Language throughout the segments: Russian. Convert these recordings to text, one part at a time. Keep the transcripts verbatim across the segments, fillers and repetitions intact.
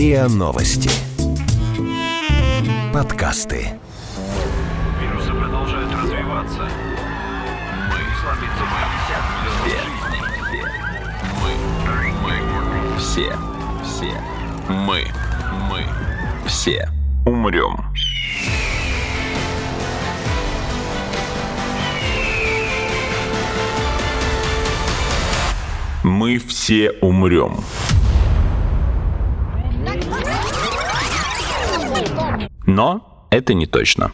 РИА Новости. Подкасты. Вирусы продолжают развиваться. Мы слабится мы. Все. Мы. Мы. Все. Мы. Мы. Все. Умрем. Мы все умрем. Но это не точно.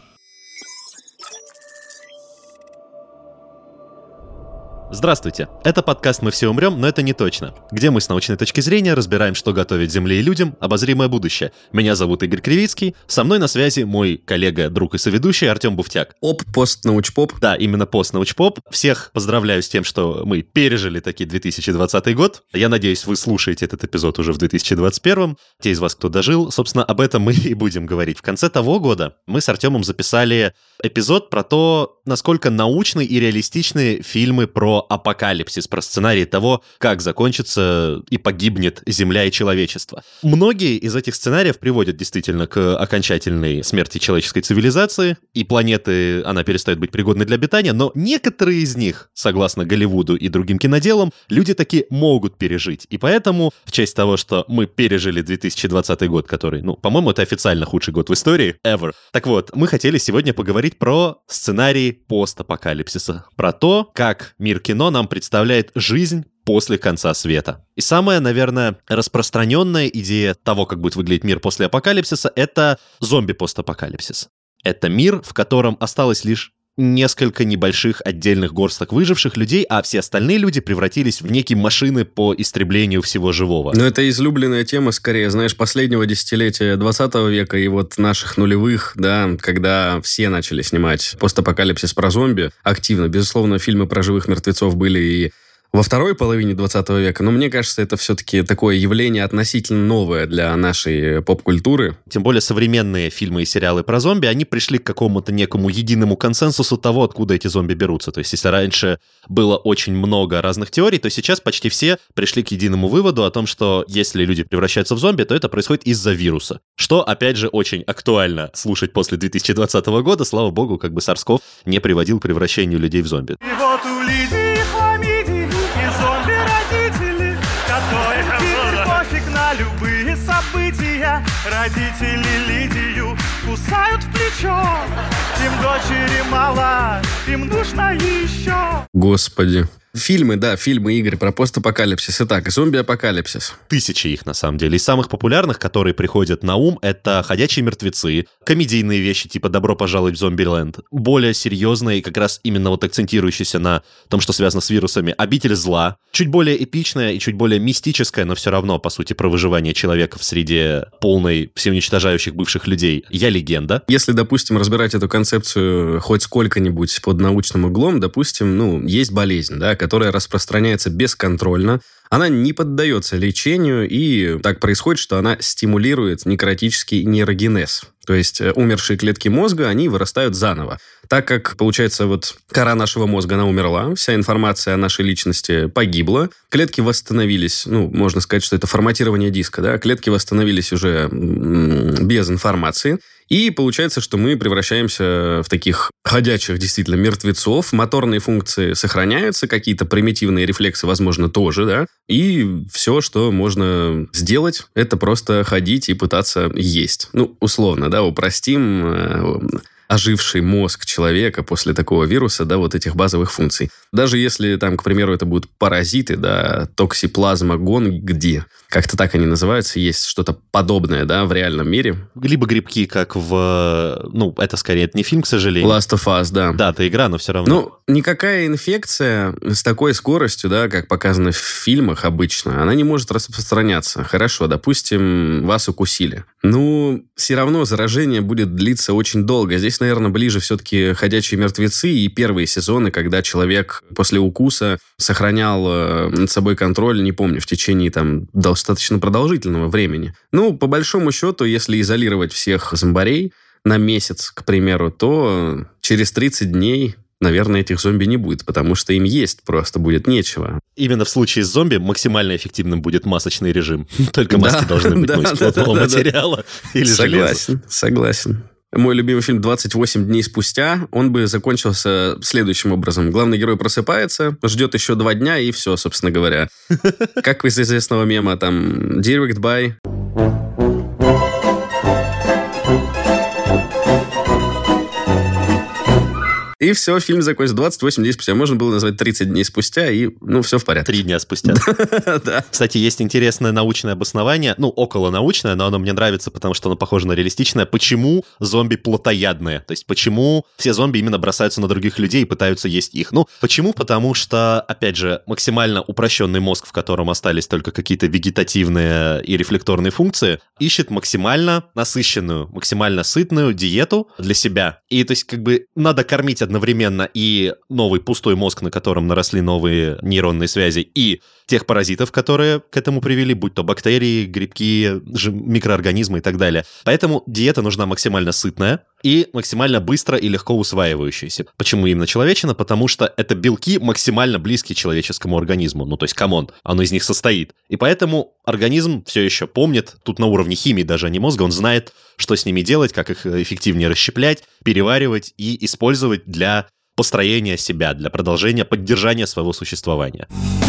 Здравствуйте, это подкаст «Мы все умрем, но это не точно», где мы с научной точки зрения разбираем, что готовит Земле и людям обозримое будущее. Меня зовут Игорь Кривицкий, со мной на связи мой коллега, друг и соведущий Артем Буфтяк. Оп, пост-научпоп. Да, именно пост-научпоп. Всех поздравляю с тем, что мы пережили таки две тысячи двадцатый год. Я надеюсь, вы слушаете этот эпизод уже в две тысячи двадцать первом. Те из вас, кто дожил, собственно, об этом мы и будем говорить. В конце того года мы с Артемом записали эпизод про то, насколько научны и реалистичны фильмы про апокалипсис, про сценарий того, как закончится и погибнет Земля и человечество. Многие из этих сценариев приводят действительно к окончательной смерти человеческой цивилизации, и планеты, она перестает быть пригодной для обитания, но некоторые из них, согласно Голливуду и другим киноделам, люди таки могут пережить. И поэтому, в честь того, что мы пережили две тысячи двадцатый год, который, ну, по-моему, это официально худший год в истории, ever. Так вот, мы хотели сегодня поговорить про сценарий постапокалипсиса, про то, как мир кино нам представляет жизнь после конца света. И самая, наверное, распространенная идея того, как будет выглядеть мир после апокалипсиса, это зомби-постапокалипсис. Это мир, в котором осталось лишь несколько небольших отдельных горсток выживших людей, а все остальные люди превратились в некие машины по истреблению всего живого. Но это излюбленная тема, скорее, знаешь, последнего десятилетия двадцатого века и вот наших нулевых, да, когда все начали снимать постапокалипсис про зомби активно. Безусловно, фильмы про живых мертвецов были и во второй половине двадцатого века, но мне кажется, это все-таки такое явление относительно новое для нашей поп-культуры. Тем более современные фильмы и сериалы про зомби, они пришли к какому-то некому единому консенсусу того, откуда эти зомби берутся. То есть, если раньше было очень много разных теорий, то сейчас почти все пришли к единому выводу о том, что если люди превращаются в зомби, то это происходит из-за вируса. Что, опять же, очень актуально слушать после две тысячи двадцатого года. Слава богу, как бы SARS-CoV не приводил к превращению людей в зомби. И вот у Лидии хламидии и зомби-родители, которым пофиг на любые события. Родители Лидию кусают в плечо, им дочери мало, им нужно еще. Господи. Фильмы, да, фильмы, Игорь, про постапокалипсис. Итак, зомби-апокалипсис. Тысячи их, на самом деле. Из самых популярных, которые приходят на ум, это «Ходячие мертвецы», комедийные вещи типа «Добро пожаловать в Зомбиленд», более серьезные, как раз именно вот акцентирующиеся на том, что связано с вирусами, «Обитель зла», чуть более эпичная и чуть более мистическая, но все равно, по сути, про выживание человека в среде полной всеуничтожающих бывших людей «Я легенда». Если, допустим, разбирать эту концепцию хоть сколько-нибудь под научным углом, допустим, ну, есть болезнь, да, которая распространяется бесконтрольно, она не поддается лечению, и так происходит, что она стимулирует некротический нейрогенез. То есть умершие клетки мозга, они вырастают заново. Так как, получается, вот кора нашего мозга, она умерла, вся информация о нашей личности погибла, клетки восстановились, ну, можно сказать, что это форматирование диска, да, клетки восстановились уже без информации, и получается, что мы превращаемся в таких ходячих, действительно, мертвецов, моторные функции сохраняются, какие-то примитивные рефлексы, возможно, тоже, да, и все, что можно сделать, это просто ходить и пытаться есть. Ну, условно, да, упростим э, оживший мозг человека после такого вируса, да, вот этих базовых функций. Даже если там, к примеру, это будут паразиты, да, токсиплазма гонгди, как-то так они называются, есть что-то подобное, да, в реальном мире. Либо грибки, как в... Ну, это скорее это не фильм, к сожалению. Last of Us, да. Да, это игра, но все равно. Ну, никакая инфекция с такой скоростью, да, как показано в фильмах обычно, она не может распространяться. Хорошо, допустим, вас укусили. Ну, все равно заражение будет длиться очень долго. Здесь, наверное, ближе все-таки «Ходячие мертвецы» и первые сезоны, когда человек после укуса сохранял над собой контроль, не помню, в течение там достаточно продолжительного времени. Ну, по большому счету, если изолировать всех зомбарей на месяц, к примеру, то через тридцать дней наверное, этих зомби не будет, потому что им есть просто будет нечего. Именно в случае с зомби максимально эффективным будет масочный режим. Только маски Да, должны быть да, ну, из да, плотного да, да, да. материала или железа. Согласен, согласен. Мой любимый фильм «двадцать восемь дней спустя», он бы закончился следующим образом. Главный герой просыпается, ждет еще два дня, и все, собственно говоря. Как из известного мема, там, «Direct by...» И все, фильм закончился двадцать восемь дней спустя. Можно было назвать тридцать дней спустя, и, ну, все в порядке. Три дня спустя. Да. Кстати, есть интересное научное обоснование, ну, околонаучное, но оно мне нравится, потому что оно похоже на реалистичное. Почему зомби плотоядные? То есть, почему все зомби именно бросаются на других людей и пытаются есть их? Ну, почему? Потому что, опять же, максимально упрощенный мозг, в котором остались только какие-то вегетативные и рефлекторные функции, ищет максимально насыщенную, максимально сытную диету для себя. И, то есть, как бы, надо кормить одновременно и новый пустой мозг, на котором наросли новые нейронные связи, и тех паразитов, которые к этому привели, будь то бактерии, грибки, микроорганизмы и так далее. Поэтому диета нужна максимально сытная и максимально быстро и легко усваивающаяся. Почему именно человечина? Потому что это белки максимально близкие человеческому организму. Ну, то есть, камон, оно из них состоит. И поэтому организм все еще помнит, тут на уровне химии даже, а не мозга, он знает, что с ними делать, как их эффективнее расщеплять, переваривать и использовать для построения себя, для продолжения, поддержания своего существования.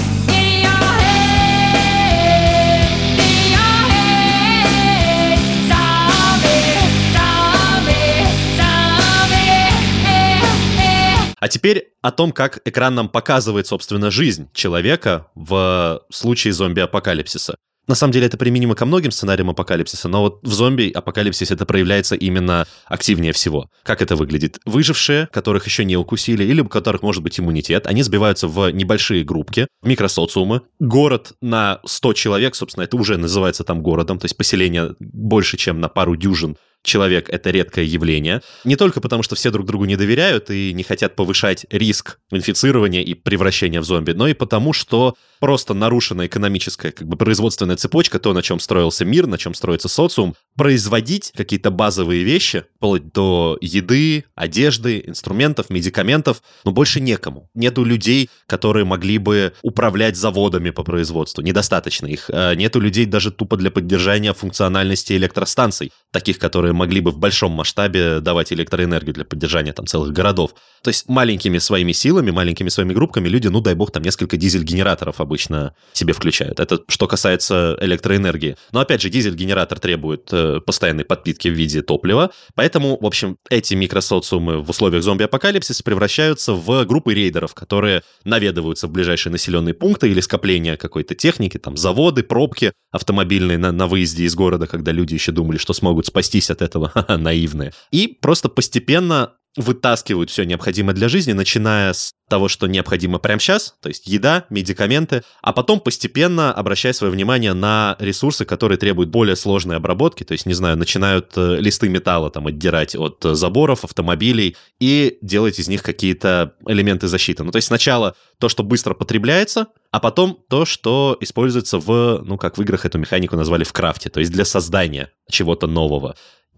А теперь о том, как экран нам показывает, собственно, жизнь человека в случае зомби-апокалипсиса. На самом деле это применимо ко многим сценариям апокалипсиса, но вот в зомби-апокалипсисе это проявляется именно активнее всего. Как это выглядит? Выжившие, которых еще не укусили, или у которых может быть иммунитет, они сбиваются в небольшие группки, микросоциумы. Город на сто человек, собственно, это уже называется там городом, то есть поселение больше, чем на пару дюжин человек — это редкое явление. Не только потому, что все друг другу не доверяют и не хотят повышать риск инфицирования и превращения в зомби, но и потому, что просто нарушена экономическая, как бы, производственная цепочка, то, на чем строился мир, на чем строится социум, производить какие-то базовые вещи, вплоть до еды, одежды, инструментов, медикаментов, но больше некому. Нету людей, которые могли бы управлять заводами по производству. Недостаточно их. Нету людей даже тупо для поддержания функциональности электростанций, таких, которые могли бы в большом масштабе давать электроэнергию для поддержания там целых городов. То есть маленькими своими силами, маленькими своими группками люди, ну дай бог, там несколько дизель-генераторов обычно себе включают. Это что касается электроэнергии. Но опять же, дизель-генератор требует э, постоянной подпитки в виде топлива, поэтому, в общем, эти микросоциумы в условиях зомби-апокалипсиса превращаются в группы рейдеров, которые наведываются в ближайшие населенные пункты или скопления какой-то техники, там заводы, пробки автомобильные на, на выезде из города, когда люди еще думали, что смогут спастись от этого, наивные. И просто постепенно вытаскивают все необходимое для жизни, начиная с того, что необходимо прямо сейчас, то есть еда, медикаменты, а потом постепенно обращая свое внимание на ресурсы, которые требуют более сложной обработки, то есть, не знаю, начинают листы металла там отдирать от заборов, автомобилей и делать из них какие-то элементы защиты. Ну, то есть сначала то, что быстро потребляется, а потом то, что используется в, ну, как в играх эту механику назвали в крафте, то есть для создания чего-то нового.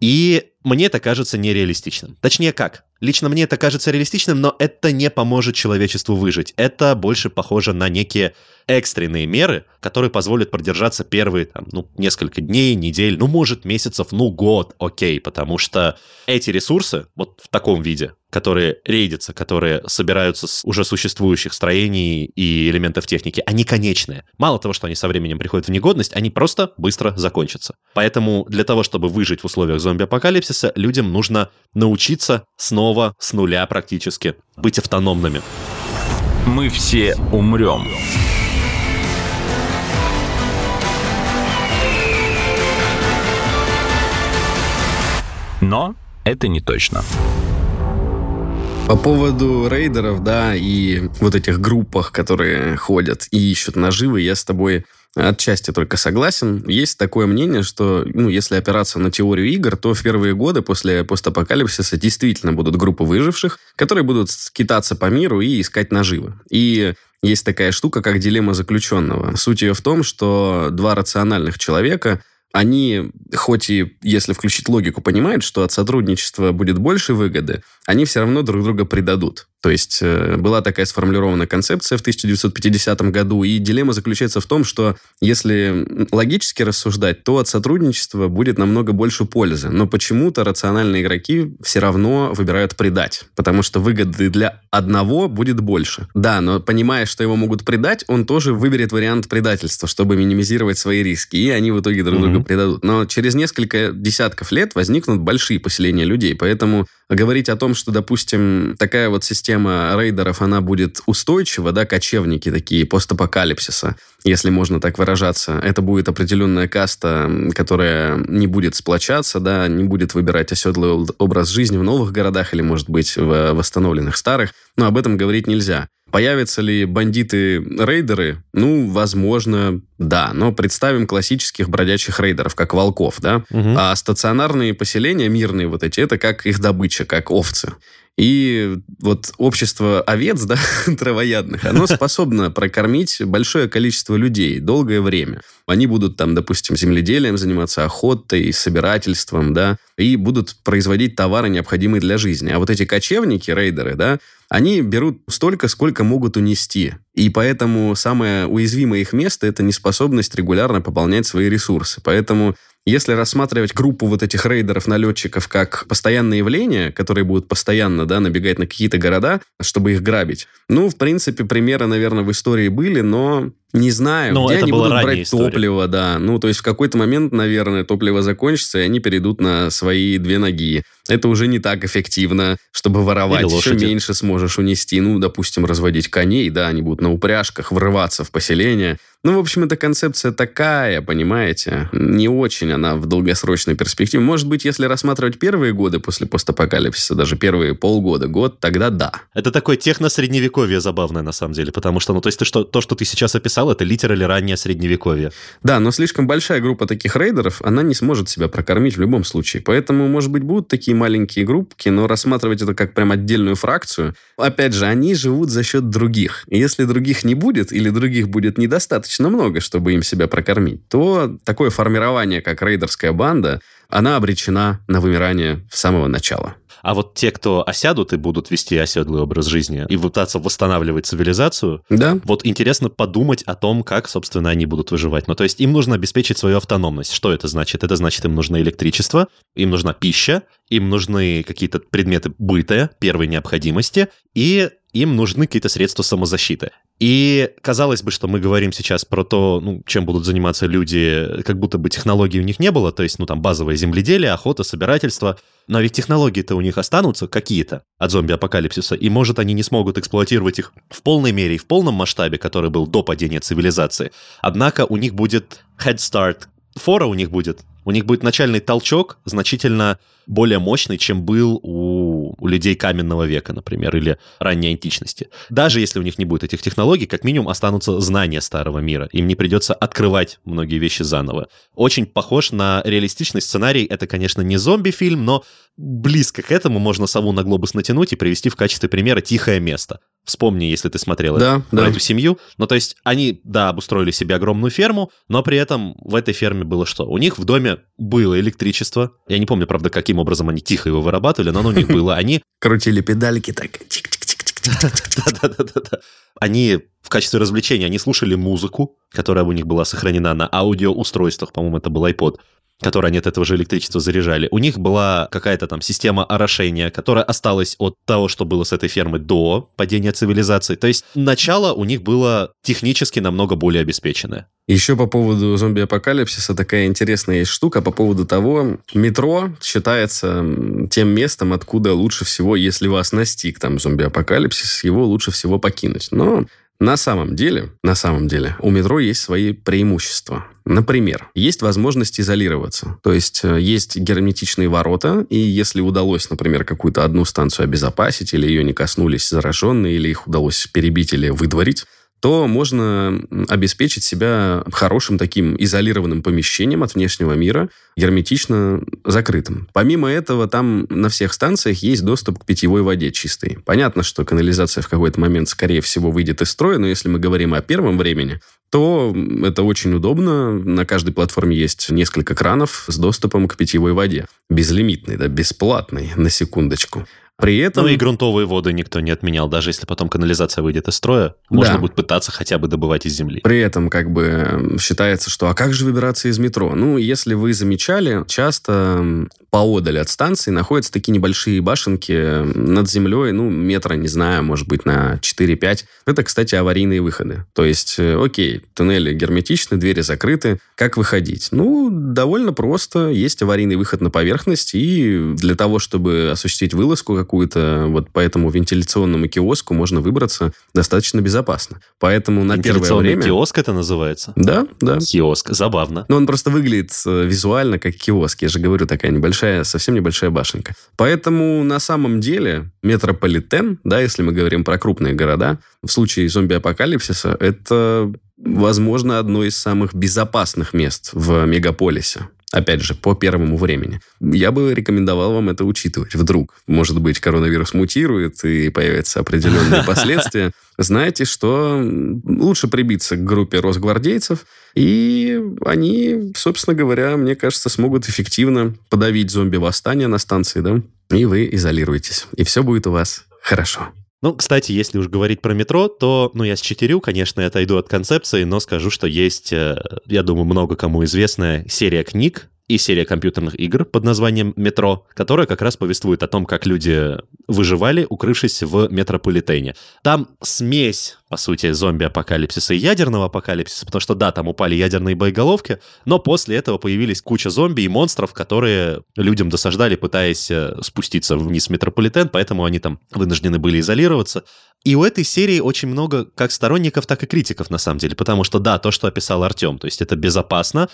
И мне это кажется нереалистичным. Точнее, как? Лично мне это кажется реалистичным, но это не поможет человечеству выжить. Это больше похоже на некие экстренные меры, которые позволят продержаться первые, там, ну, несколько дней, недель, ну, может, месяцев, ну, год, окей, потому что эти ресурсы, вот в таком виде, которые рейдятся, которые собираются с уже существующих строений и элементов техники, они конечные. Мало того, что они со временем приходят в негодность, они просто быстро закончатся. Поэтому для того, чтобы выжить в условиях зомби-апокалипсиса, людям нужно научиться снова с нуля практически быть автономными. Мы все умрем. Но это не точно. По поводу рейдеров, да, и вот этих группах, которые ходят и ищут наживы, я с тобой отчасти только согласен. Есть такое мнение, что, ну, если опираться на теорию игр, то в первые годы после постапокалипсиса действительно будут группы выживших, которые будут скитаться по миру и искать наживы. И есть такая штука, как дилемма заключенного. Суть ее в том, что два рациональных человека, они, хоть и, если включить логику, понимают, что от сотрудничества будет больше выгоды, они все равно друг друга предадут. То есть э, была такая сформулирована концепция в тысяча девятьсот пятидесятом году, и дилемма заключается в том, что если логически рассуждать, то от сотрудничества будет намного больше пользы. Но почему-то рациональные игроки все равно выбирают предать, потому что выгоды для одного будет больше. Да, но понимая, что его могут предать, он тоже выберет вариант предательства, чтобы минимизировать свои риски, и они в итоге друг друга mm-hmm. предадут. Но через несколько десятков лет возникнут большие поселения людей, поэтому говорить о том, что, допустим, такая вот система рейдеров, она будет устойчива, да, кочевники такие, постапокалипсиса, если можно так выражаться, это будет определенная каста, которая не будет сплочаться, да, не будет выбирать оседлый образ жизни в новых городах или, может быть, в восстановленных старых, но об этом говорить нельзя. Появятся ли бандиты-рейдеры? Ну, возможно, да. Но представим классических бродячих рейдеров, как волков, да? Угу. А стационарные поселения, мирные вот эти, это как их добыча, как овцы. И вот общество овец, да, травоядных, оно способно прокормить большое количество людей долгое время. Они будут там, допустим, земледелием заниматься, охотой, собирательством, да, и будут производить товары, необходимые для жизни. А вот эти кочевники, рейдеры, да, они берут столько, сколько могут унести. И поэтому самое уязвимое их место – это неспособность регулярно пополнять свои ресурсы. Поэтому если рассматривать группу вот этих рейдеров-налетчиков как постоянное явление, которые будут постоянно, да, набегать на какие-то города, чтобы их грабить, ну, в принципе, примеры, наверное, в истории были, но не знаю, но где они будут брать история. Топливо, да. Ну, то есть в какой-то момент, наверное, топливо закончится, и они перейдут на свои две ноги. Это уже не так эффективно, чтобы воровать. Еще меньше сможешь унести. Ну, допустим, разводить коней, да, они будут на упряжках врываться в поселение. Ну, в общем, эта концепция такая, понимаете, не очень она в долгосрочной перспективе. Может быть, если рассматривать первые годы после постапокалипсиса, даже первые полгода, год, тогда да. Это такое техно-средневековье забавное, на самом деле, потому что, ну, то есть ты что, то, что ты сейчас описал, это литерально раннее средневековье. Да, но слишком большая группа таких рейдеров, она не сможет себя прокормить в любом случае. Поэтому, может быть, будут такие маленькие группки, но рассматривать это как прям отдельную фракцию. Опять же, они живут за счет других. И если других не будет, или других будет недостаточно много, чтобы им себя прокормить, то такое формирование, как рейдерская банда, она обречена на вымирание с самого начала. А вот те, кто осядут и будут вести оседлый образ жизни и пытаться восстанавливать цивилизацию, да. Вот интересно подумать о том, как, собственно, они будут выживать. Ну, то есть им нужно обеспечить свою автономность. Что это значит? Это значит, им нужно электричество, им нужна пища, им нужны какие-то предметы быта, первой необходимости, и им нужны какие-то средства самозащиты. И казалось бы, что мы говорим сейчас про то, ну, чем будут заниматься люди, как будто бы технологий у них не было, то есть, ну, там, базовое земледелие, охота, собирательство, но ведь технологии-то у них останутся какие-то от зомби-апокалипсиса, и, может, они не смогут эксплуатировать их в полной мере и в полном масштабе, который был до падения цивилизации, однако у них будет head start, фора у них будет, у них будет начальный толчок значительно более мощный, чем был у, у людей каменного века, например, или ранней античности. Даже если у них не будет этих технологий, как минимум останутся знания старого мира. Им не придется открывать многие вещи заново. Очень похож на реалистичный сценарий. Это, конечно, не зомби-фильм, но близко к этому. Можно сову на глобус натянуть и привести в качестве примера «Тихое место». Вспомни, если ты смотрел да, это, да. эту семью. Ну, то есть они, да, обустроили себе огромную ферму, но при этом в этой ферме было что? У них в доме было электричество. Я не помню, правда, каким образом они тихо его вырабатывали, но оно у них было. Они крутили педальки так. Да-да-да. Они в качестве развлечения, они слушали музыку, которая у них была сохранена на аудиоустройствах, по-моему, это был iPod, которые они от этого же электричества заряжали. У них была какая-то там система орошения, которая осталась от того, что было с этой фермы до падения цивилизации. То есть начало у них было технически намного более обеспеченное. Еще по поводу зомби-апокалипсиса такая интересная есть штука по поводу того, метро считается тем местом, откуда лучше всего, если вас настиг там зомби-апокалипсис, его лучше всего покинуть. Но на самом деле, на самом деле, у метро есть свои преимущества. Например, есть возможность изолироваться. То есть, есть герметичные ворота, и если удалось, например, какую-то одну станцию обезопасить, или ее не коснулись зараженные, или их удалось перебить или выдворить, то можно обеспечить себя хорошим таким изолированным помещением от внешнего мира, герметично закрытым. Помимо этого, там на всех станциях есть доступ к питьевой воде чистой. Понятно, что канализация в какой-то момент, скорее всего, выйдет из строя, но если мы говорим о первом времени, то это очень удобно. На каждой платформе есть несколько кранов с доступом к питьевой воде. Безлимитный, да, бесплатный, на секундочку. При этом... Ну и грунтовые воды никто не отменял. Даже если потом канализация выйдет из строя, можно Да. будет пытаться хотя бы добывать из земли. При этом как бы считается, что а как же выбираться из метро? Ну, если вы замечали, часто поодаль от станции находятся такие небольшие башенки над землей, ну, метра, не знаю, может быть, на четыре-пять. Это, кстати, аварийные выходы. То есть, окей, туннели герметичны, двери закрыты. Как выходить? Ну, довольно просто. Есть аварийный выход на поверхность, и для того, чтобы осуществить вылазку какую-то, вот по этому вентиляционному киоску можно выбраться достаточно безопасно. Поэтому на первое Вентиляционный время... киоск это называется? Да, да. Киоск, забавно. Но он просто выглядит визуально как киоск. Я же говорю, такая небольшая, совсем небольшая башенка. Поэтому на самом деле метрополитен, да, если мы говорим про крупные города, в случае зомби-апокалипсиса, это, возможно, одно из самых безопасных мест в мегаполисе. Опять же, по первому времени. Я бы рекомендовал вам это учитывать. Вдруг, может быть, коронавирус мутирует и появятся определенные последствия. Знаете, что лучше прибиться к группе росгвардейцев, и они, собственно говоря, мне кажется, смогут эффективно подавить зомби-восстание на станции, да? И вы изолируетесь. И все будет у вас хорошо. Ну, кстати, если уж говорить про метро, то, ну, я считерю, конечно, я отойду от концепции, но скажу, что есть, я думаю, много кому известная серия книг и серия компьютерных игр под названием «Метро», которая как раз повествует о том, как люди выживали, укрывшись в метрополитене. Там смесь, по сути, зомби-апокалипсиса и ядерного апокалипсиса, потому что, да, там упали ядерные боеголовки, но после этого появились куча зомби и монстров, которые людям досаждали, пытаясь спуститься вниз в метрополитен, поэтому они там вынуждены были изолироваться. И у этой серии очень много как сторонников, так и критиков, на самом деле, потому что, да, то, что описал Артем, то есть это безопасно,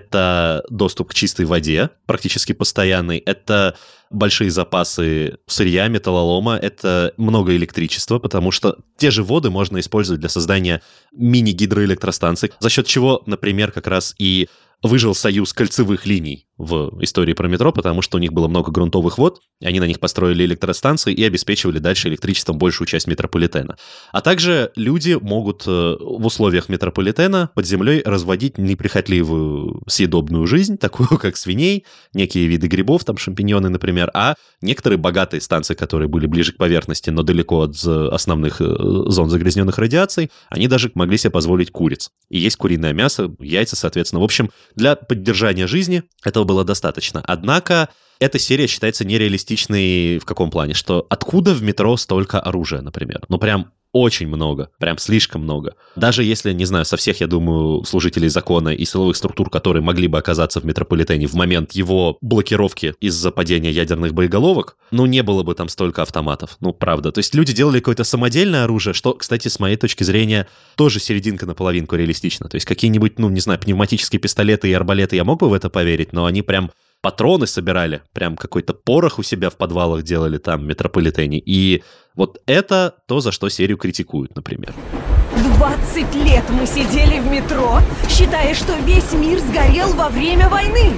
это доступ к чистой воде, практически постоянный, это большие запасы сырья, металлолома, это много электричества, потому что те же воды можно использовать для создания мини-гидроэлектростанций, за счет чего, например, как раз и выжил союз кольцевых линий в истории про метро, потому что у них было много грунтовых вод, и они на них построили электростанции и обеспечивали дальше электричеством большую часть метрополитена. А также люди могут в условиях метрополитена под землей разводить неприхотливую съедобную жизнь, такую как свиней, некие виды грибов, там шампиньоны, например, а некоторые богатые станции, которые были ближе к поверхности, но далеко от основных зон загрязненных радиацией, они даже могли себе позволить куриц. И есть куриное мясо, яйца, соответственно. В общем, для поддержания жизни этого было достаточно. Однако эта серия считается нереалистичной в каком плане? Что откуда в метро столько оружия, например? Ну, прям очень много, прям слишком много. Даже если, не знаю, со всех, я думаю, служителей закона и силовых структур, которые могли бы оказаться в метрополитене в момент его блокировки из-за падения ядерных боеголовок, ну, не было бы там столько автоматов. Ну, правда. То есть люди делали какое-то самодельное оружие, что, кстати, с моей точки зрения, тоже серединка на половинку реалистично. То есть какие-нибудь, ну, не знаю, пневматические пистолеты и арбалеты, я мог бы в это поверить, но они прям патроны собирали, прям какой-то порох у себя в подвалах делали там в метрополитене. И вот это то, за что серию критикуют, например. двадцать лет мы сидели в метро, считая, что весь мир сгорел во время войны.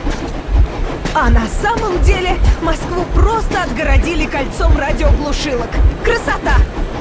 А на самом деле Москву просто отгородили кольцом радиоглушилок. Красота!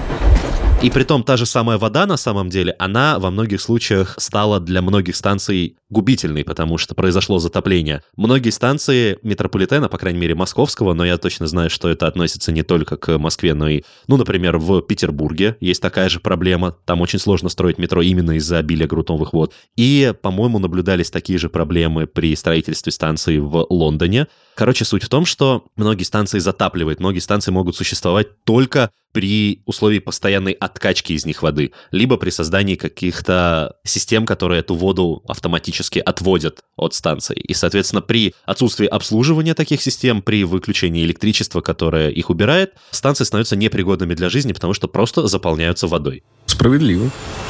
И притом та же самая вода, на самом деле, она во многих случаях стала для многих станций губительной, потому что произошло затопление. Многие станции метрополитена, по крайней мере, московского, но я точно знаю, что это относится не только к Москве, но и, ну, например, в Петербурге есть такая же проблема. Там очень сложно строить метро именно из-за обилия грунтовых вод. И, по-моему, наблюдались такие же проблемы при строительстве станции в Лондоне. Короче, суть в том, что многие станции затапливают, многие станции могут существовать только при условии постоянной откачки из них воды, либо при создании каких-то систем, которые эту воду автоматически отводят от станции. И, соответственно, при отсутствии обслуживания таких систем, при выключении электричества, которое их убирает, станции становятся непригодными для жизни, потому что просто заполняются водой. Справедливо.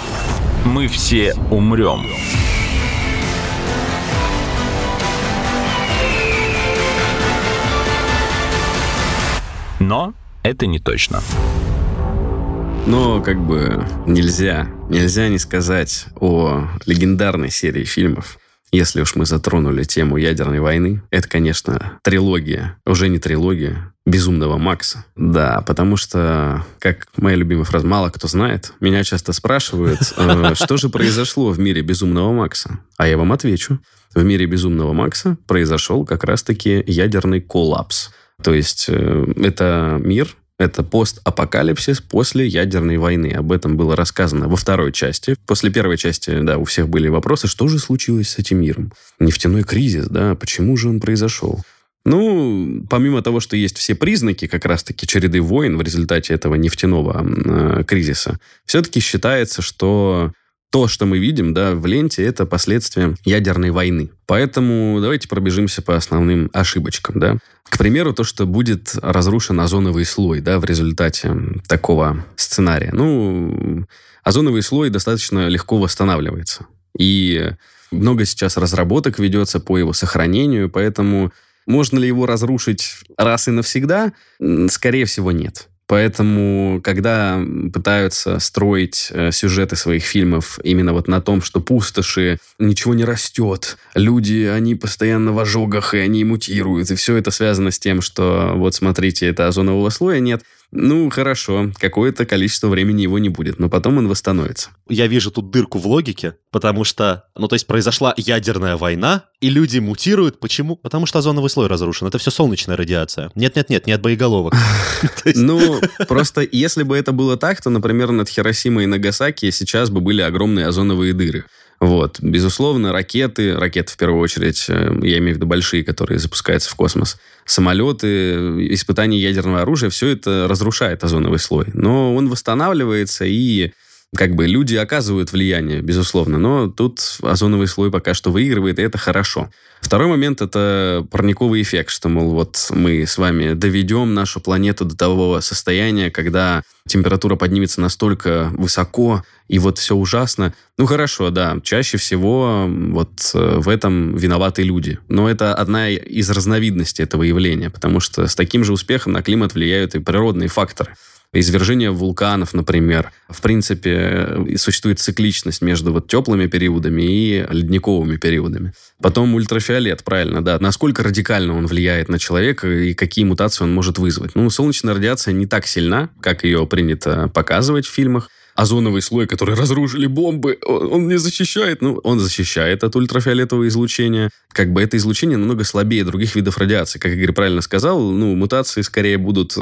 Мы все умрем. Но это не точно. Но как бы нельзя, нельзя не сказать о легендарной серии фильмов. Если уж мы затронули тему ядерной войны, это, конечно, трилогия, уже не трилогия, «Безумного Макса». Да, потому что, как моя любимая фраза, мало кто знает, меня часто спрашивают, что же произошло в мире «Безумного Макса». А я вам отвечу. В мире «Безумного Макса» произошел как раз-таки ядерный коллапс. То есть это мир, Это постапокалипсис после ядерной войны. Об этом было рассказано во второй части. После первой части, да, у всех были вопросы, что же случилось с этим миром? Нефтяной кризис, да, почему же он произошел? Ну, помимо того, что есть все признаки как раз-таки череды войн в результате этого нефтяного э, кризиса, все-таки считается, что то, что мы видим, да, в ленте, это последствия ядерной войны. Поэтому давайте пробежимся по основным ошибочкам, да. К примеру, то, что будет разрушен озоновый слой, да, в результате такого сценария. Ну, озоновый слой достаточно легко восстанавливается. И много сейчас разработок ведется по его сохранению, поэтому можно ли его разрушить раз и навсегда? Скорее всего, нет. Поэтому, когда пытаются строить э, сюжеты своих фильмов именно вот на том, что пустоши, ничего не растет, люди, они постоянно в ожогах, и они мутируют, и все это связано с тем, что, вот смотрите, это озонового слоя нет. Ну, хорошо, какое-то количество времени его не будет, но потом он восстановится. Я вижу тут дырку в логике, потому что, ну, то есть произошла ядерная война, и люди мутируют. Почему? Потому что озоновый слой разрушен. Это все солнечная радиация. Нет-нет-нет, не от боеголовок. Ну, просто если бы это было так, то, например, над Хиросимой и Нагасаки сейчас бы были огромные озоновые дыры. Вот. Безусловно, ракеты, ракеты в первую очередь, я имею в виду большие, которые запускаются в космос, самолеты, испытания ядерного оружия, все это разрушает озоновый слой. Но он восстанавливается, и как бы люди оказывают влияние, безусловно. Но тут озоновый слой пока что выигрывает, и это хорошо. Второй момент – это парниковый эффект, что, мол, вот мы с вами доведем нашу планету до того состояния, когда температура поднимется настолько высоко, и вот все ужасно. Ну, хорошо, да, чаще всего вот в этом виноваты люди. Но это одна из разновидностей этого явления, потому что с таким же успехом на климат влияют и природные факторы. Извержение вулканов, например. В принципе, существует цикличность между вот теплыми периодами и ледниковыми периодами. Потом ультрафиолет, правильно, да. Насколько радикально он влияет на человека и какие мутации он может вызвать. Ну, солнечная радиация не так сильна, как ее принято показывать в фильмах. Озоновый слой, который разрушили бомбы, он не защищает. Ну, он защищает от ультрафиолетового излучения. Как бы это излучение намного слабее других видов радиации. Как Игорь правильно сказал, ну, мутации скорее будут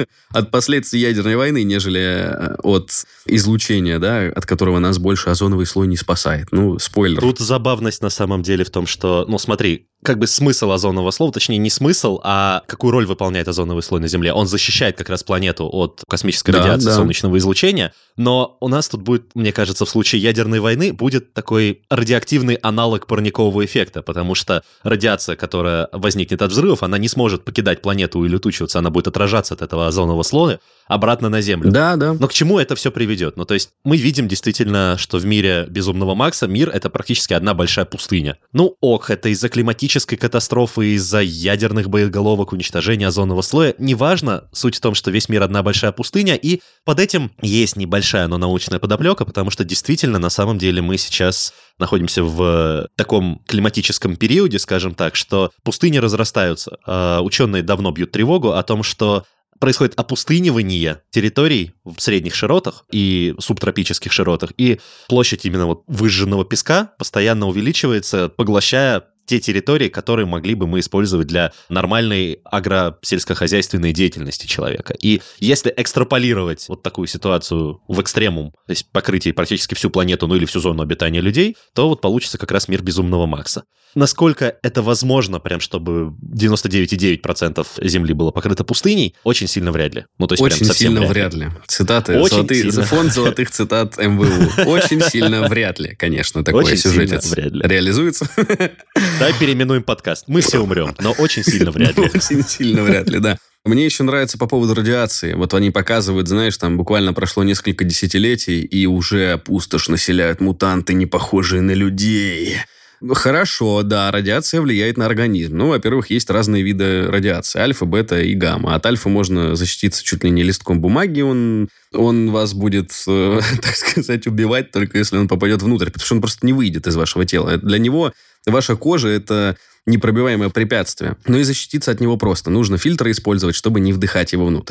от последствий ядерной войны, нежели от излучения, да, от которого нас больше озоновый слой не спасает. Ну, спойлер. Тут забавность на самом деле в том, что, ну, смотри, как бы смысл озонового слоя, точнее, не смысл, а какую роль выполняет озоновый слой на Земле. Он защищает как раз планету от космической да, радиации, да. солнечного излучения, но у нас тут будет, мне кажется, в случае ядерной войны будет такой радиоактивный аналог парникового эффекта, потому что радиация, которая возникнет от взрывов, она не сможет покидать планету и улетучиваться, она будет отражаться от этого озонового слоя обратно на Землю. Да, да. Но к чему это все приведет? Ну, то есть мы видим действительно, что в мире Безумного Макса мир — это практически одна большая пустыня. Ну, ок, это из-за климатической катастрофы, из-за ядерных боеголовок, уничтожения озонового слоя. Неважно, суть в том, что весь мир одна большая пустыня, и под этим есть небольшая, но научная подоплека, потому что действительно, на самом деле, мы сейчас находимся в таком климатическом периоде, скажем так, что пустыни разрастаются. Ученые давно бьют тревогу о том, что происходит опустынивание территорий в средних широтах и субтропических широтах, и площадь именно вот выжженного песка постоянно увеличивается, поглощая те территории, которые могли бы мы использовать для нормальной агросельскохозяйственной деятельности человека. И если экстраполировать вот такую ситуацию в экстремум, то есть покрытие практически всю планету, ну или всю зону обитания людей, то вот получится как раз мир Безумного Макса. Насколько это возможно, прям чтобы девяносто девять целых девять десятых процента Земли было покрыто пустыней, очень сильно вряд ли. Ну, то есть очень прям совсем сильно вряд ли. ли. Цитаты, очень золотые, сильно. Фонд золотых цитат эм вэ у. Очень сильно вряд ли, конечно, такой очень сюжетец вряд ли. реализуется. Давай переименуем подкаст. Мы все умрем, но очень сильно вряд ли. Очень сильно вряд ли, да. Мне еще нравится по поводу радиации. Вот они показывают, знаешь, там буквально прошло несколько десятилетий, и уже пустошь населяют мутанты, не похожие на людей. Хорошо, да, радиация влияет на организм. Ну, во-первых, есть разные виды радиации. Альфа, бета и гамма. От альфа можно защититься чуть ли не листком бумаги. Он, он вас будет, э, так сказать, убивать, только если он попадет внутрь. Потому что он просто не выйдет из вашего тела. Для него ваша кожа – это непробиваемое препятствие. Но и защититься от него просто. Нужно фильтры использовать, чтобы не вдыхать его внутрь.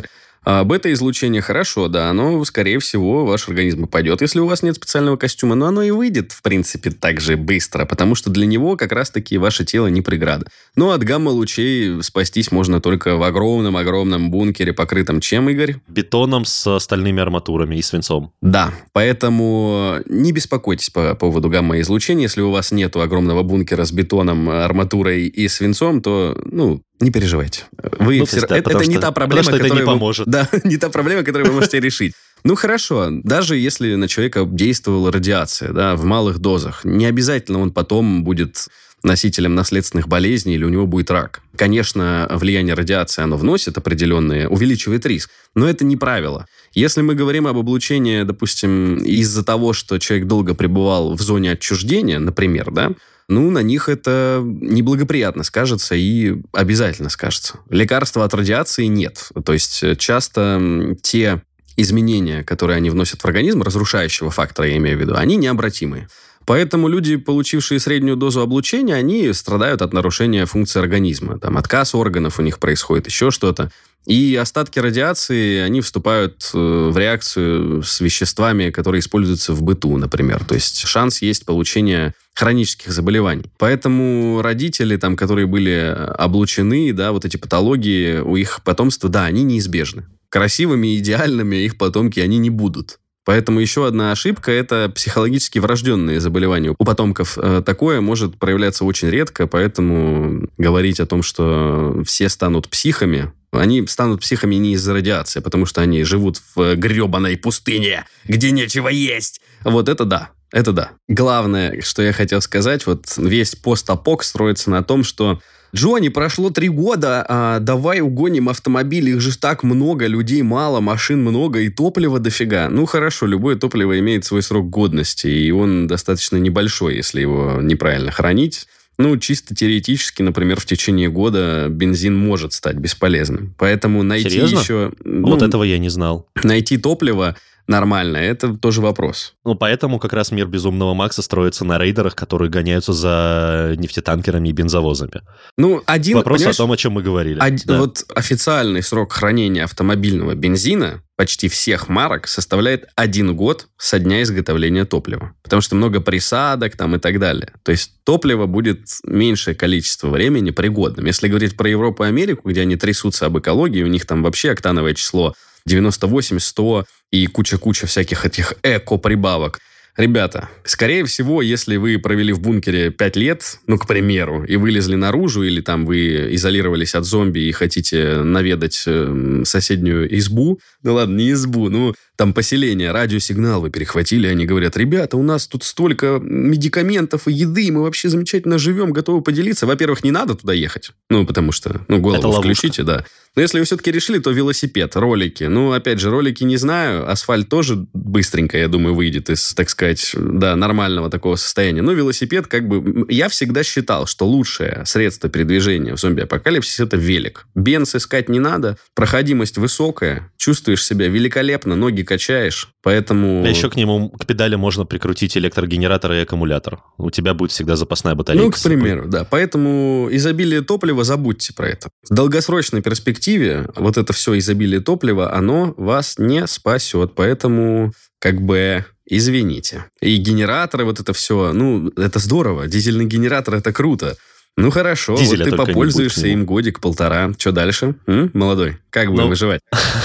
А бета-излучение хорошо, да, оно, скорее всего, в ваш организм упадет, если у вас нет специального костюма, но оно и выйдет, в принципе, так же быстро, потому что для него как раз-таки ваше тело не преграда. Но от гамма-лучей спастись можно только в огромном-огромном бункере, покрытом чем, Игорь? Бетоном с стальными арматурами и свинцом. Да, поэтому не беспокойтесь по поводу гамма-излучения. Если у вас нет огромного бункера с бетоном, арматурой и свинцом, то, ну, не переживайте. Вы Ну, все... то есть, да, это, потому это не что- та проблема, потому что это не которую вы- поможет. Да, не та проблема, которую вы можете решить. Ну, хорошо, даже если на человека действовала радиация, да, в малых дозах, не обязательно он потом будет носителем наследственных болезней или у него будет рак. Конечно, влияние радиации, оно вносит определенные, увеличивает риск, но это не правило. Если мы говорим об облучении, допустим, из-за того, что человек долго пребывал в зоне отчуждения, например, да, ну, на них это неблагоприятно скажется и обязательно скажется. Лекарства от радиации нет. То есть часто м, те изменения, которые они вносят в организм, разрушающего фактора, я имею в виду, они необратимые. Поэтому люди, получившие среднюю дозу облучения, они страдают от нарушения функции организма. Там отказ органов у них происходит, еще что-то. И остатки радиации, они вступают э, в реакцию с веществами, которые используются в быту, например. То есть шанс есть получения хронических заболеваний. Поэтому родители, там, которые были облучены, да, вот эти патологии у их потомства, да, они неизбежны. Красивыми, идеальными их потомки, они не будут. Поэтому еще одна ошибка – это психологически врожденные заболевания. У потомков э, такое может проявляться очень редко, поэтому говорить о том, что все станут психами, они станут психами не из-за радиации, потому что они живут в гребаной пустыне, где нечего есть. Вот это да. Это да. Главное, что я хотел сказать, вот весь постапок строится на том, что Джонни, прошло три года, а давай угоним автомобили, их же так много, людей мало, машин много и топлива дофига. Ну хорошо, любое топливо имеет свой срок годности, и он достаточно небольшой, если его неправильно хранить. Ну, чисто теоретически, например, в течение года бензин может стать бесполезным. Поэтому найти Серьезно? еще... Ну, Вот этого я не знал. найти топливо нормально, это тоже вопрос. Ну, поэтому как раз мир Безумного Макса строится на рейдерах, которые гоняются за нефтетанкерами и бензовозами. Ну, один... Вопрос о понимаешь, том, о чем мы говорили. Од- Да. Вот официальный срок хранения автомобильного бензина почти всех марок составляет один год со дня изготовления топлива. Потому что много присадок там и так далее. То есть топливо будет меньшее количество времени пригодным. Если говорить про Европу и Америку, где они трясутся об экологии, у них там вообще октановое число девяносто восемь, сто и куча-куча всяких этих эко-прибавок. Ребята, скорее всего, если вы провели в бункере пять лет, ну, к примеру, и вылезли наружу, или там вы изолировались от зомби и хотите наведать э, соседнюю избу, ну ладно, не избу, ну, там поселение, радиосигнал вы перехватили, они говорят, ребята, у нас тут столько медикаментов и еды, мы вообще замечательно живем, готовы поделиться. Во-первых, не надо туда ехать, ну, потому что, ну, голову Это ловушка. включите, да. Но если вы все-таки решили, то велосипед, ролики. Ну, опять же, ролики не знаю. Асфальт тоже быстренько, я думаю, выйдет из, так сказать, да, нормального такого состояния. Но велосипед, как бы... Я всегда считал, что лучшее средство передвижения в зомби-апокалипсисе – это велик. Бенз искать не надо, проходимость высокая, чувствуешь себя великолепно, ноги качаешь, поэтому... А еще к нему, к педали можно прикрутить электрогенератор и аккумулятор. У тебя будет всегда запасная батарейка. Ну, к примеру, да. Поэтому изобилие топлива, забудьте про это. В долгосрочной перспективе вот это все изобилие топлива, оно вас не спасет. Поэтому, как бы, извините. И генераторы, вот это все, ну, это здорово. Дизельный генератор, это круто. Ну, хорошо, Дизеля вот ты только не попользуешься будет к нему. им годик-полтора. Что дальше? М? Молодой, как будем Ну. выживать?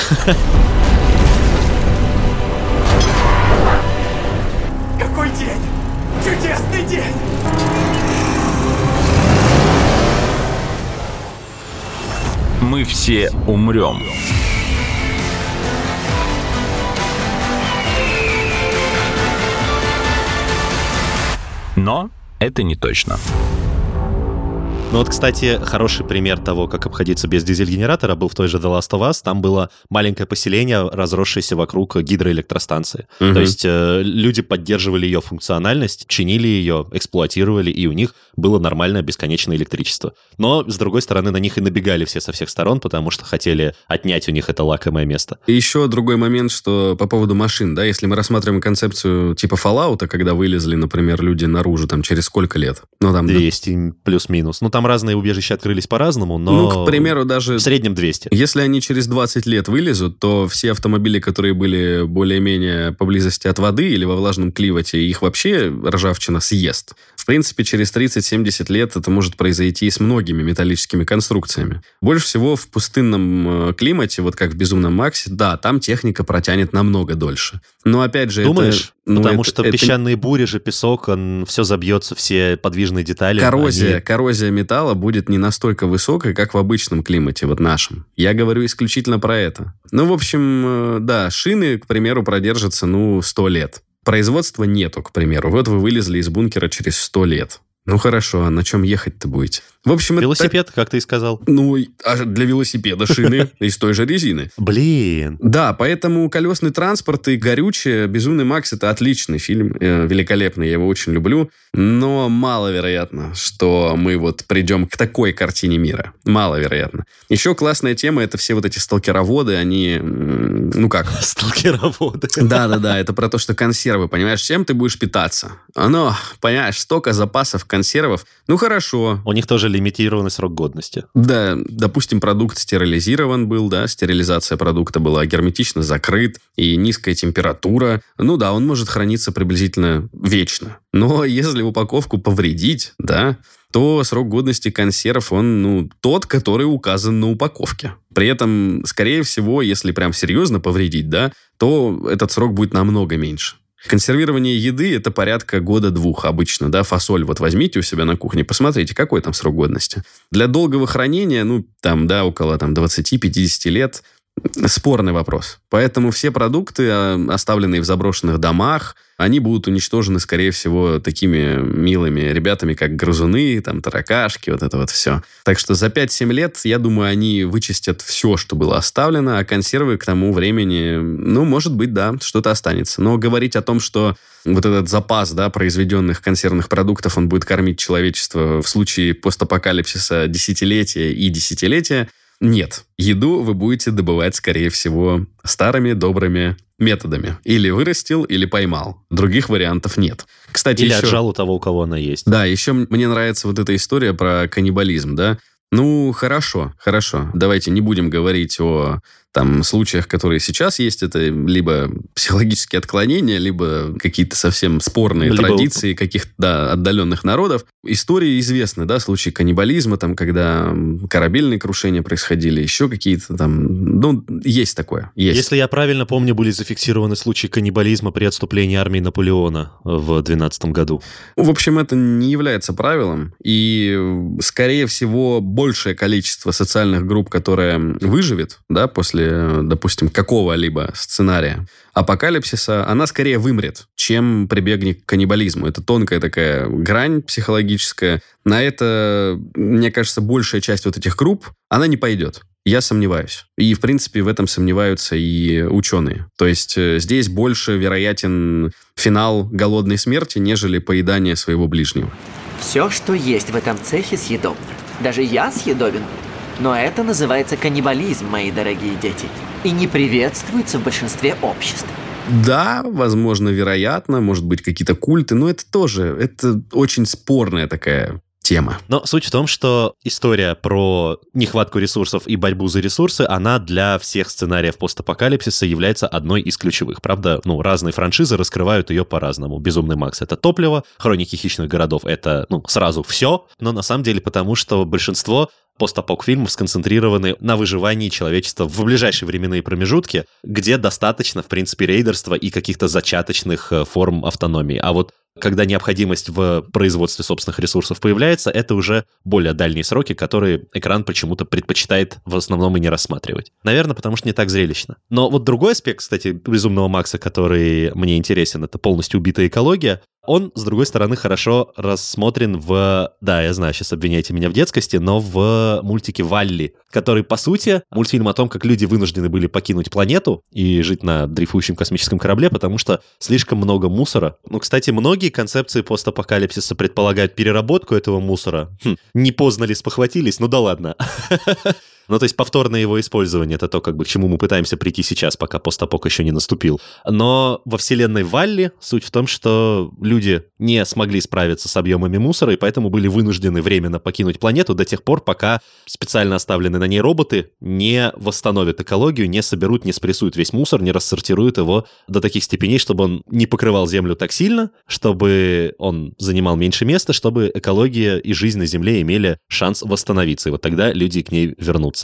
Какой день! Чудесный день! Мы все умрем. Но это не точно. Ну вот, кстати, хороший пример того, как обходиться без дизель-генератора, был в той же The Last of Us. Там было маленькое поселение, разросшееся вокруг гидроэлектростанции. Мгм. То есть э, люди поддерживали ее функциональность, чинили ее, эксплуатировали, и у них было нормальное бесконечное электричество. Но, с другой стороны, на них и набегали все со всех сторон, потому что хотели отнять у них это лакомое место. И еще другой момент, что по поводу машин, да, если мы рассматриваем концепцию типа Fallout, когда вылезли, например, люди наружу, там, через сколько лет? Ну, там, двести плюс-минус. Ну, там там разные убежища открылись по-разному, но... Ну, к примеру, даже... В среднем двести. Если они через двадцать лет вылезут, то все автомобили, которые были более-менее поблизости от воды или во влажном климате, их вообще ржавчина съест. В принципе, через тридцать-семьдесят лет это может произойти и с многими металлическими конструкциями. Больше всего в пустынном климате, вот как в «Безумном Максе», да, там техника протянет намного дольше. Но опять же... Думаешь? Это, ну, Потому это, что это... песчаные бури же, песок, он все забьется, все подвижные детали. Коррозия, они... коррозия металла будет не настолько высокой, как в обычном климате, вот нашем. Я говорю исключительно про это. Ну, в общем, да, шины, к примеру, продержатся, ну, сто лет. Производства нету, к примеру. Вот вы вылезли из бункера через сто лет. Ну, хорошо, а на чем ехать-то будете? В общем, велосипед, это... как ты и сказал. Ну, а для велосипеда шины из той же резины. Блин. Да, поэтому «Колесный транспорт» и «Горючее», «Безумный Макс» — это отличный фильм, великолепный, я его очень люблю, но маловероятно, что мы вот придем к такой картине мира. Маловероятно. Еще классная тема — это все вот эти сталкероводы, они, ну как? Сталкероводы. Да-да-да, это про то, что консервы, понимаешь, чем ты будешь питаться? Оно, понимаешь, столько запасов консервов, ну хорошо. У них тоже лимитированный срок годности. Да, допустим, продукт стерилизирован был, да, стерилизация продукта была герметично закрыт, и низкая температура. Ну да, он может храниться приблизительно вечно. Но если упаковку повредить, да, то срок годности консерв, он, ну, тот, который указан на упаковке. При этом, скорее всего, если прям серьезно повредить, да, то этот срок будет намного меньше. Консервирование еды – это порядка года-двух обычно, да, фасоль вот возьмите у себя на кухне, посмотрите, какой там срок годности. Для долгого хранения, ну, там, да, около там двадцать-пятьдесят лет, спорный вопрос. Поэтому все продукты, оставленные в заброшенных домах, они будут уничтожены, скорее всего, такими милыми ребятами, как грызуны, там, таракашки, вот это вот все. Так что за пять-семь лет, я думаю, они вычистят все, что было оставлено, а консервы к тому времени, ну, может быть, да, что-то останется. Но говорить о том, что вот этот запас, да, произведенных консервных продуктов, он будет кормить человечество в случае постапокалипсиса десятилетия и десятилетия, нет. Еду вы будете добывать, скорее всего, старыми добрыми методами. Или вырастил, или поймал. Других вариантов нет. Кстати, или еще... отжал у того, у кого она есть. Да, еще мне нравится вот эта история про каннибализм, да. Ну, хорошо, хорошо. Давайте не будем говорить о там случаях, которые сейчас есть. Это либо психологические отклонения, либо какие-то совсем спорные либо... традиции каких-то, да, отдаленных народов. Истории известны, да, случаи каннибализма, там, когда корабельные крушения происходили, еще какие-то там... Ну, есть такое, есть. Если я правильно помню, были зафиксированы случаи каннибализма при отступлении армии Наполеона в двенадцатом году. В общем, это не является правилом. И, скорее всего, большее количество социальных групп, которое выживет, да, после, допустим, какого-либо сценария апокалипсиса, она скорее вымрет, чем прибегнет к каннибализму. Это тонкая такая грань психологическая. На это, мне кажется, большая часть вот этих групп, она не пойдет. Я сомневаюсь. И, в принципе, в этом сомневаются и ученые. То есть здесь больше вероятен финал голодной смерти, нежели поедание своего ближнего. Все, что есть в этом цехе, съедобно. Даже я съедобен. Но это называется каннибализм, мои дорогие дети. И не приветствуется в большинстве обществ. Да, возможно, вероятно, может быть, какие-то культы, но это тоже, это очень спорная такая тема. Но суть в том, что история про нехватку ресурсов и борьбу за ресурсы, она для всех сценариев постапокалипсиса является одной из ключевых. Правда, ну, разные франшизы раскрывают ее по-разному. «Безумный Макс» — это топливо, «Хроники хищных городов» — это, ну, сразу все, но на самом деле потому, что большинство постапок-фильмов сконцентрированы на выживании человечества в ближайшие временные промежутки, где достаточно, в принципе, рейдерства и каких-то зачаточных форм автономии. А вот когда необходимость в производстве собственных ресурсов появляется, это уже более дальние сроки, которые экран почему-то предпочитает в основном и не рассматривать. Наверное, потому что не так зрелищно. Но вот другой аспект, кстати, «Безумного Макса», который мне интересен, это полностью убитая экология. Он, с другой стороны, хорошо рассмотрен в... Да, я знаю, сейчас обвиняете меня в детскости, но в мультике «Валли», который, по сути, мультфильм о том, как люди вынуждены были покинуть планету и жить на дрейфующем космическом корабле, потому что слишком много мусора. Ну, кстати, многие концепции постапокалипсиса предполагают переработку этого мусора. Хм, не поздно ли спохватились? Ну да ладно. Ну, то есть повторное его использование — это то, как бы, к чему мы пытаемся прийти сейчас, пока постапок еще не наступил. Но во вселенной Валли суть в том, что люди не смогли справиться с объемами мусора, и поэтому были вынуждены временно покинуть планету до тех пор, пока специально оставленные на ней роботы не восстановят экологию, не соберут, не спрессуют весь мусор, не рассортируют его до таких степеней, чтобы он не покрывал Землю так сильно, чтобы он занимал меньше места, чтобы экология и жизнь на Земле имели шанс восстановиться. И вот тогда люди к ней вернутся.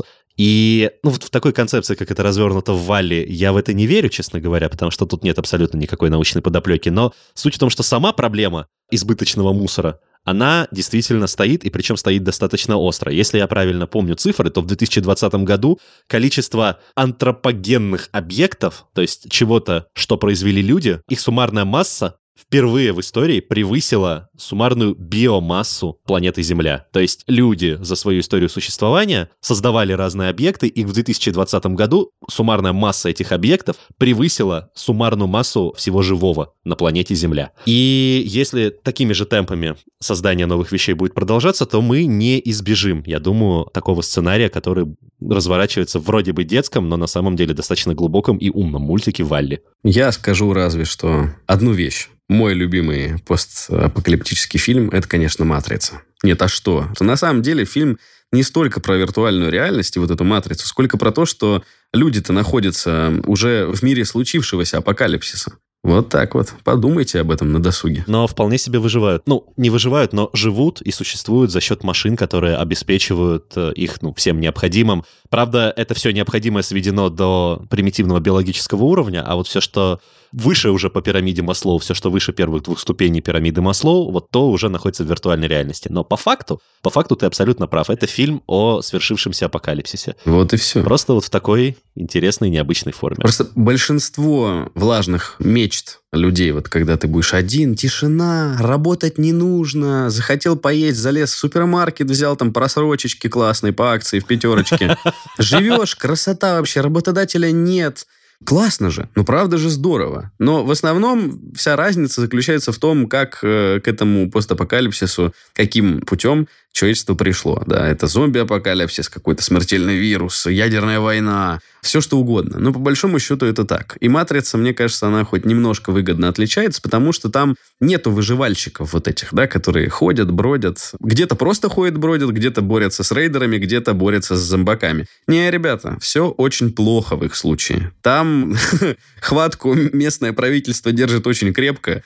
И ну, вот в такой концепции, как это развернуто в Валли, я в это не верю, честно говоря, потому что тут нет абсолютно никакой научной подоплеки. Но суть в том, что сама проблема избыточного мусора, она действительно стоит, и причем стоит достаточно остро. Если я правильно помню цифры, то в две тысячи двадцатом году количество антропогенных объектов, то есть чего-то, что произвели люди, их суммарная масса впервые в истории превысила суммарную биомассу планеты Земля. То есть люди за свою историю существования создавали разные объекты, и в две тысячи двадцатом году суммарная масса этих объектов превысила суммарную массу всего живого на планете Земля. И если такими же темпами создание новых вещей будет продолжаться, то мы не избежим, я думаю, такого сценария, который разворачивается вроде бы детском, но на самом деле достаточно глубоком и умном мультике Валли. Я скажу разве что одну вещь. Мой любимый постапокалиптический фильм – это, конечно, «Матрица». Нет, а что? На самом деле фильм не столько про виртуальную реальность и вот эту матрицу, сколько про то, что люди-то находятся уже в мире случившегося апокалипсиса. Вот так вот. Подумайте об этом на досуге. Но вполне себе выживают. Ну, не выживают, но живут и существуют за счет машин, которые обеспечивают их, ну, всем необходимым. Правда, это все необходимое сведено до примитивного биологического уровня, а вот все, что выше уже по пирамиде Маслоу, все, что выше первых двух ступеней пирамиды Маслоу, вот то уже находится в виртуальной реальности. Но по факту, по факту ты абсолютно прав. Это фильм о свершившемся апокалипсисе. Вот и все. Просто вот в такой интересной, необычной форме. Просто большинство влажных мечт людей, вот когда ты будешь один, тишина, работать не нужно, захотел поесть, залез в супермаркет, взял там просрочечки классные по акции в пятерочке. Живешь, красота вообще, работодателя нет. Классно же, ну правда же здорово. Но в основном вся разница заключается в том, как э, к этому постапокалипсису, каким путем человечество пришло. Да, это зомби-апокалипсис, какой-то смертельный вирус, ядерная война, все что угодно. Но по большому счету это так. И «Матрица», мне кажется, она хоть немножко выгодно отличается, потому что там нету выживальщиков вот этих, да, которые ходят, бродят. Где-то просто ходят, бродят, где-то борются с рейдерами, где-то борются с зомбаками. Не, ребята, все очень плохо в их случае. Там хватку местное правительство держит очень крепко.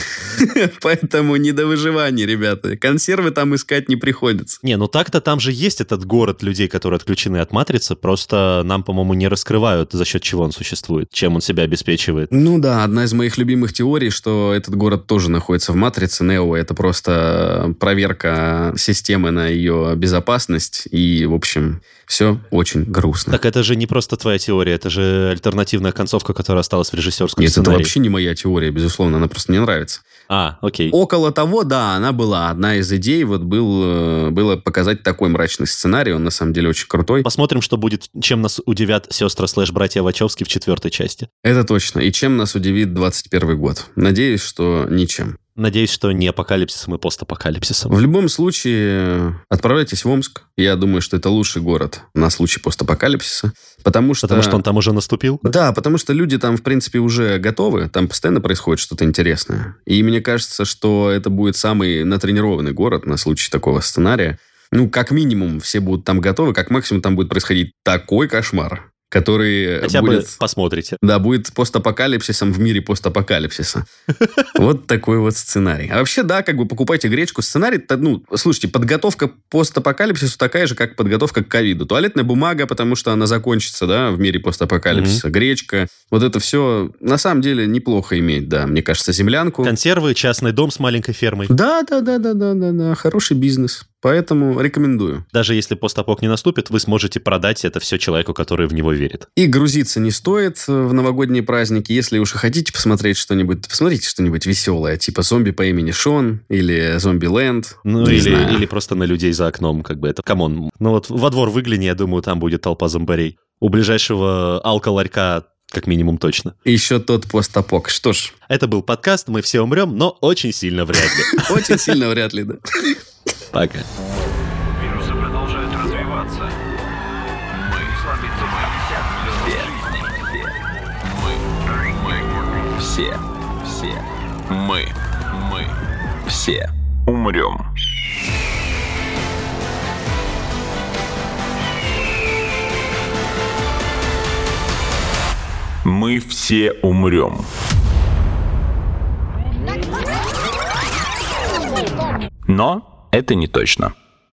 Поэтому не до выживания, ребята. Консервы там искать не приходится. Не, ну так-то там же есть этот город людей, которые отключены от матрицы, просто нам, по-моему, не раскрывают, за счет чего он существует, чем он себя обеспечивает. Ну да, одна из моих любимых теорий, что этот город тоже находится в матрице. Нео — это просто проверка системы на ее безопасность. И, в общем, все очень грустно. Так это же не просто твоя теория, это же альтернативная концовка, которая осталась в режиссерском Нет, сценарии. это вообще не моя теория, безусловно, она просто мне нравится. А, окей. Около того, да, она была. Одна из идей вот был, было показать такой мрачный сценарий. Он, на самом деле, очень крутой. Посмотрим, что будет, чем нас удивят сестры слэш-братья Вачовски в четвертой части. Это точно. И чем нас удивит двадцать первый год. Надеюсь, что ничем. Надеюсь, что не апокалипсисом и постапокалипсисом. В любом случае, отправляйтесь в Омск. Я думаю, что это лучший город на случай постапокалипсиса. Потому что... Потому что он там уже наступил? Да, потому что люди там, в принципе, уже готовы. Там постоянно происходит что-то интересное. И мне кажется, что это будет самый натренированный город на случай такого сценария. Ну, как минимум, все будут там готовы. Как максимум, там будет происходить такой кошмар, который Хотя будет... бы посмотрите. Да, будет постапокалипсисом в мире постапокалипсиса. Вот такой вот сценарий. А вообще, да, как бы покупайте гречку. Сценарий, ну, слушайте, подготовка к постапокалипсису такая же, как подготовка к ковиду. Туалетная бумага, потому что она закончится, да, в мире постапокалипсиса. Mm-hmm. Гречка. Вот это все, на самом деле, неплохо иметь, да. Мне кажется, землянку. Консервы, частный дом с маленькой фермой. Да, да, да, да, да, да, да. Хороший бизнес. Поэтому рекомендую. Даже если постапок не наступит, вы сможете продать это все человеку, который в него верит. И грузиться не стоит в новогодние праздники. Если уж и хотите посмотреть что-нибудь, посмотрите что-нибудь веселое, типа «Зомби по имени Шон» или «Зомби-ленд». Ну, или, или просто на людей за окном, как бы это, камон. Ну вот во двор выгляни, я думаю, там будет толпа зомбарей. У ближайшего алко-ларька как минимум точно. И еще тот постапок. Что ж. Это был подкаст «Мы все умрем», но очень сильно вряд ли. Очень сильно вряд ли, да. Пока. Вирусы продолжают развиваться. все, все, мы, мы, все умрем. Мы все умрем. Но это не точно.